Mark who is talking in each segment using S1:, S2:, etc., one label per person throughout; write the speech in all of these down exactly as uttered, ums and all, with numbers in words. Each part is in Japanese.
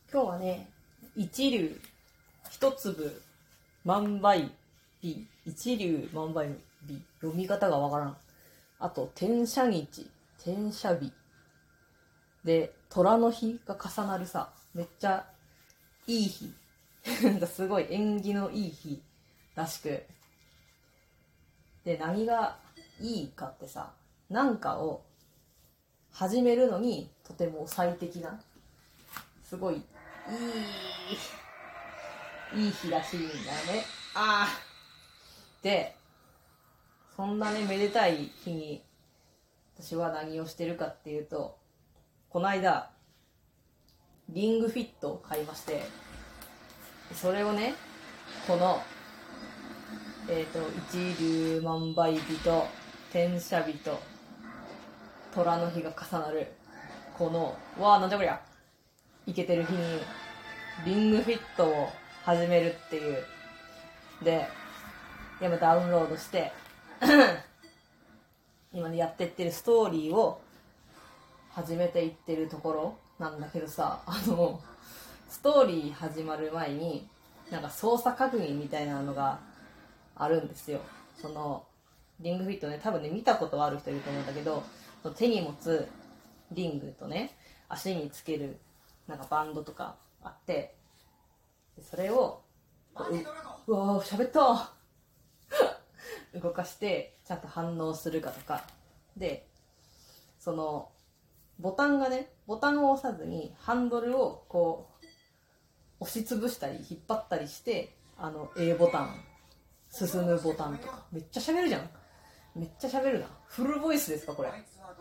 S1: 今日はね、一粒一粒万倍日、一粒万倍日、読み方がわからん。あと天赦日、天赦日で虎の日が重なるさ、めっちゃいい日なんかすごい縁起のいい日らしく、で何がいいかってさ、なんかを始めるのにとても最適な、すごいいいいい日らしいんだよね。あーで、そんなねめでたい日に私は何をしてるかっていうと、この間リングフィットを買いまして、それをね、このえっ、ー、と一粒万倍日と天赦日と虎の日が重なるこのわーなんじゃこりゃイケてる日にリングフィットを始めるっていうで、今ダウンロードして今ねやってってるストーリーを始めていってるところなんだけどさ、あのストーリー始まる前になんか操作確認みたいなのがあるんですよ。そのリングフィットね、多分ね見たことある人いると思うんだけど、手に持つリングとね、足につけるなんかバンドとかあって、それをう, うわー喋った動かしてちゃんと反応するかとかで、そのボタンがね、ボタンを押さずにハンドルをこう押しつぶしたり引っ張ったりして、あの A ボタン、進むボタンとか、めっちゃ喋るじゃん。めっちゃ喋るな。フルボイスですかこれ。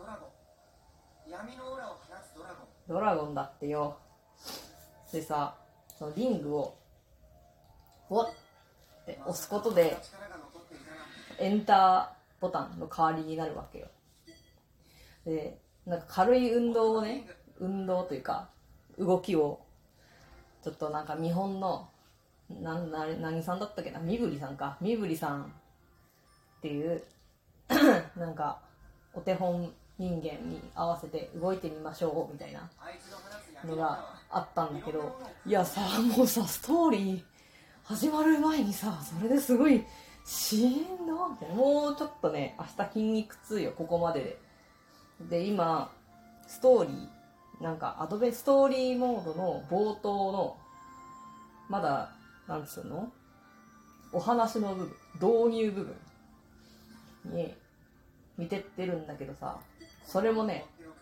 S1: ドラゴンだってよ。でさ、そのリングをウォッって押すことでエンターボタンの代わりになるわけよ。で、なんか軽い運動をね、運動というか動きをちょっとなんか見本のなな何さんだったっけな、身振りさんか、身振りさんっていうなんかお手本人間に合わせて動いてみましょうみたいなのがあったんだけど、いやさ、もうさストーリー始まる前にさ、それですごいしんどみたいな、もうちょっとね明日筋肉痛よ、ここまでで。で今ストーリーなんかアドベストーリーモードの冒頭のまだなんつうの、お話の部分、導入部分に見てってるんだけどさ、それもね、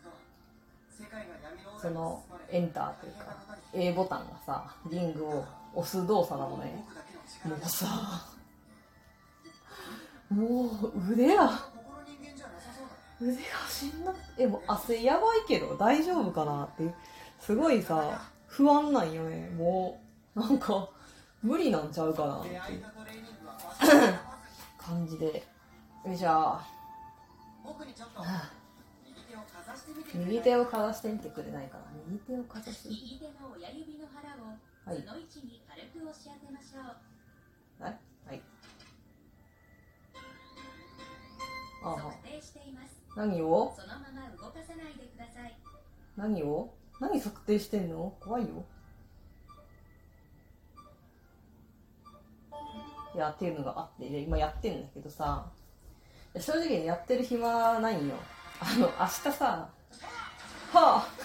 S1: そのエンターというか A ボタンがさ、リングを押す動作なのね。もうさ、もう腕が腕がしんなくて、もう汗やばいけど大丈夫かなってすごいさ不安なんよね。もうなんか無理なんちゃうかなっていう感じで、よいしょ。右手をかざしてみてくれないかな。右手をかざして
S2: 右手の親指の腹をその位置に軽く押し当てましょう。
S1: はいはい。ああ、
S2: 測定しています。
S1: 何を
S2: そのまま動かさないでください。
S1: 何を何測定してんの、怖いよ。いやっていうのがあって、今やってんだけどさ、正直ねやってる暇ないんよ。あの明日さ、はあ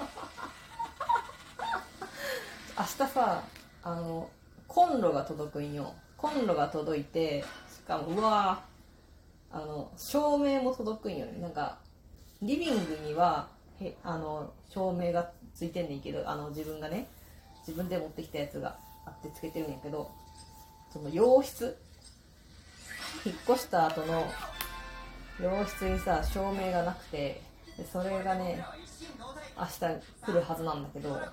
S1: 明日さ、あのコンロが届くんよ。コンロが届いて、しかもうわあの照明も届くんよね。なんかリビングにはへあの照明がついてんねんけど、あの自分がね自分で持ってきたやつがあってつけてるんやけど、その洋室、引っ越した後の洋室にさ照明がなくて、でそれがね明日来るはずなんだけど、なんか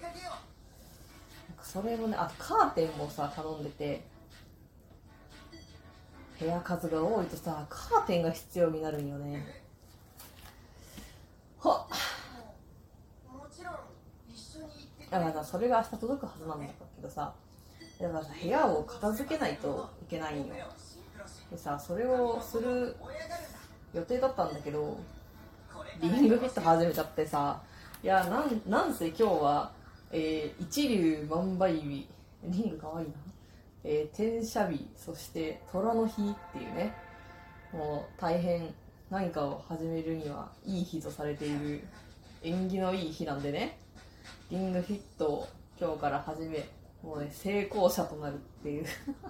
S1: それもね、あとカーテンもさ頼んでて、部屋数が多いとさカーテンが必要になるんよね。はっ、だからさそれが明日届くはずなんだけどさ、だからさ部屋を片付けないといけないんよ。でさそれをする予定だったんだけど、リングフィット始めちゃってさ、いやなんなんせ今日はえー、一粒万倍日、リングかわいいな、えー、天赦日、そして虎の日っていうね、もう大変何かを始めるにはいい日とされている縁起のいい日なんでね、リングフィットを今日から始め、もうね成功者となるっていう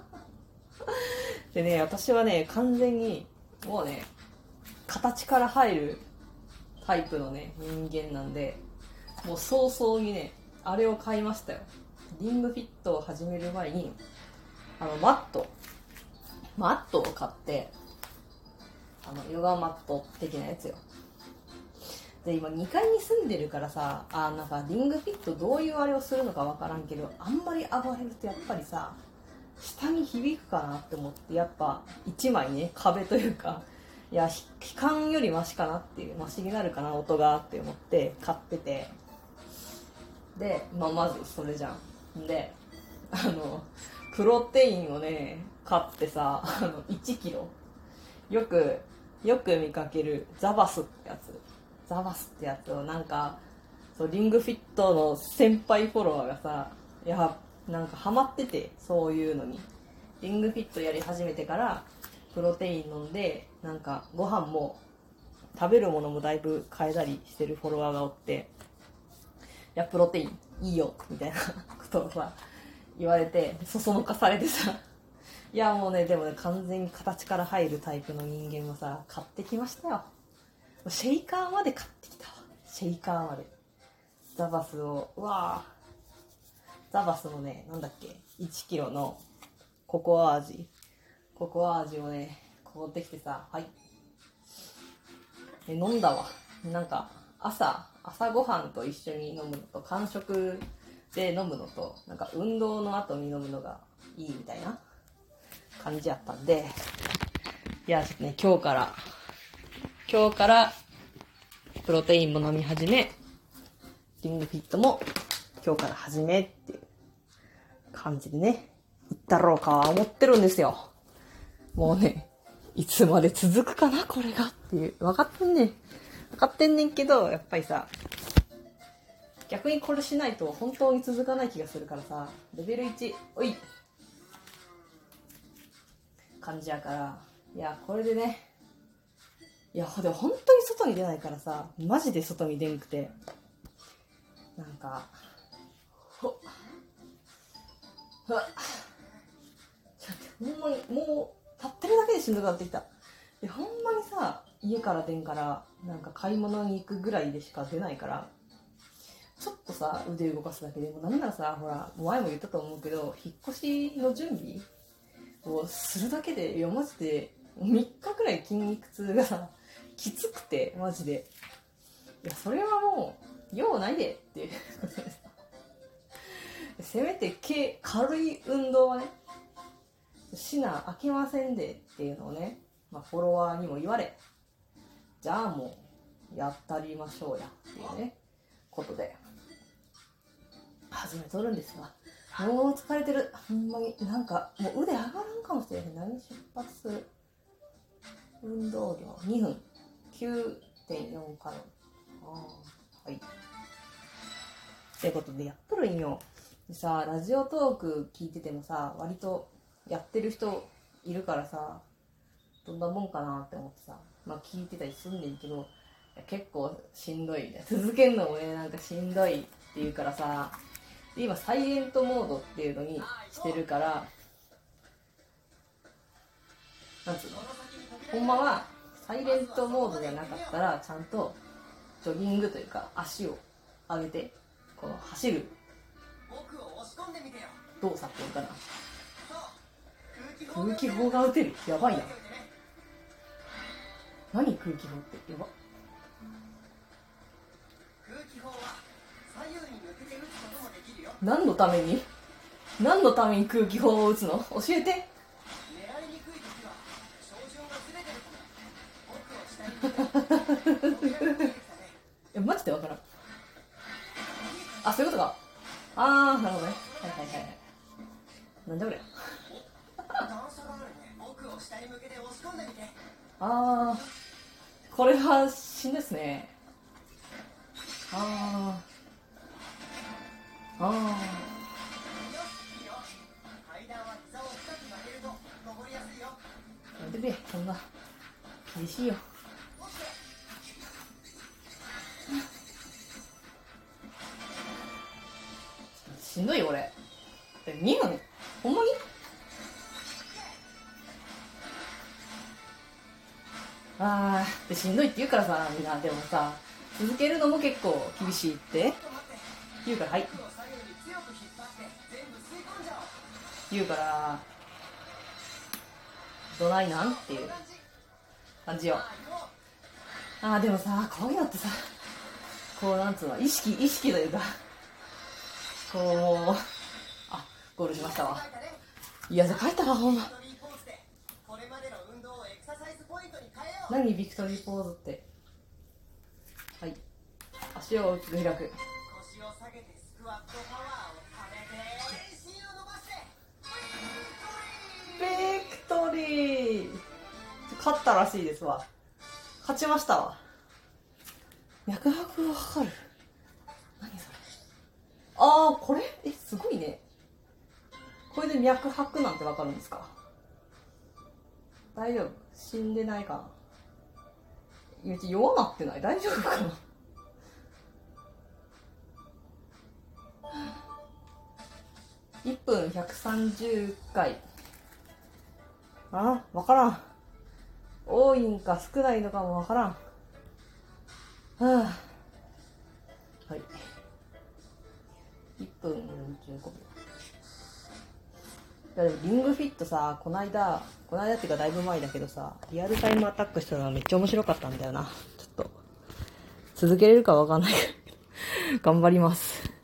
S1: でね、私はね完全にもうね形から入るタイプのね人間なんで、もう早々にねあれを買いましたよ。リングフィットを始める前にあのマットマットを買って、あのヨガマット的なやつよ。で今にかいに住んでるからさ、あなんかリングフィットどういうあれをするのかわからんけど、あんまり暴れるとやっぱりさ下に響くかなって思って、やっぱいちまいね壁というか、いや気管よりマシかなっていう、マシになるかな音がって思って買ってて、で、まあ、まずそれじゃん。であのプロテインをね買ってさ、あのいちキロ、よくよく見かけるザバスってやつザバスってやつをなんかそうリングフィットの先輩フォロワーがさ、いやなんかハマってて、そういうのにリングフィットやり始めてからプロテイン飲んで、なんかご飯も食べるものもだいぶ変えたりしてるフォロワーがおって、いやプロテインいいよみたいなことをさ言われて、そそのかされてさ、いやもうねでもね完全に形から入るタイプの人間をさ買ってきましたよ。シェイカーまで買ってきたわ。シェイカーまでザバスを、うわーザバスのねなんだっけいちキロのココア味ココア味をね買ってきてさ、はいえ飲んだわ。なんか朝朝ごはんと一緒に飲むのと、間食で飲むのと、なんか運動の後に飲むのがいいみたいな感じやったんで、いやちょっとね今日から今日からプロテインも飲み始め、リングフィットも今日から始めっていう感じでねいったろうかは思ってるんですよ。もうねいつまで続くかなこれがっていう、分かってんねん分かってんねんけど、やっぱりさ逆にこれしないと本当に続かない気がするからさ、レベルいちおい感じやから、いやこれでね、いやでも本当に外に出ないからさ、マジで外に出んくて、なんかほっほっほんまにもう立ってるだけでしんどくなってきた。でほんまにさ家から出んから、なんか買い物に行くぐらいでしか出ないから、ちょっとさ腕動かすだけでも、なんならさほら前も言ったと思うけど、引っ越しの準備をするだけで、いやマジでみっかくらい筋肉痛がさきつくて、マジでいやそれはもう用ないでっていうせめて軽軽い運動はねしなあきませんでっていうのをね、まあ、フォロワーにも言われ、じゃあもうやったりましょうやっていうねことで始めとるんですが、もう疲れてる。ほんまになんかもう腕上がらんかもしれへん。何出発する運動量にふん きゅうてんよん カロリー。あーはいってことでやっとるんよ。でさラジオトーク聞いててもさ割とやってる人いるからさ、どんなもんかなって思ってさ、まあ聞いてたりすんねんけど、結構しんどいね、続けるのもねなんかしんどいっていうからさ、で今サイレントモードっていうのにしてるから、なんつうの、ほんまはサイレントモードじゃなかったらちゃんとジョギングというか足を上げてこの走る動作っていうかな、空気砲が撃てる、やばいな。何空気砲ってやば。何のために何のために空気砲を撃つの、教えてえマジでわからん。あそういうことか。あーなるほどね。はいはいはいはい。なんだこれあーこれはしんどいですね。あああ。やめてくれ、そんな。厳しいよ。しんどいよ、俺。にふんほんまにあーってしんどいって言うからさ、みんな。でもさ、続けるのも結構厳しいって言うから、はい。言うから、どないなんっていう感じよ。あーでもさ、こういうのってさ、こうなんつうの、意識、意識というか、こう、あ、ゴールしましたわ。いや、書いたわ、ほんま。何ビクトリーポーズって。はい。足を大きく開く。ビクトリー勝ったらしいですわ。勝ちましたわ。脈拍を測る。何それ。あー、これえ、すごいね。これで脈拍なんてわかるんですか？大丈夫？死んでないかな？めっちゃ弱なってない？大丈夫かな？いっぷんひゃくさんじゅっかい。あ、わからん。多いんか少ないのかもわからん。はぁ、あ。はい。いっぷんよんじゅうごびょう。いやでもリングフィットさ、こないだ、こないだっていうかだいぶ前だけどさ、リアルタイムアタックしたのはめっちゃ面白かったんだよな。ちょっと、続けれるかわかんないけど、頑張ります。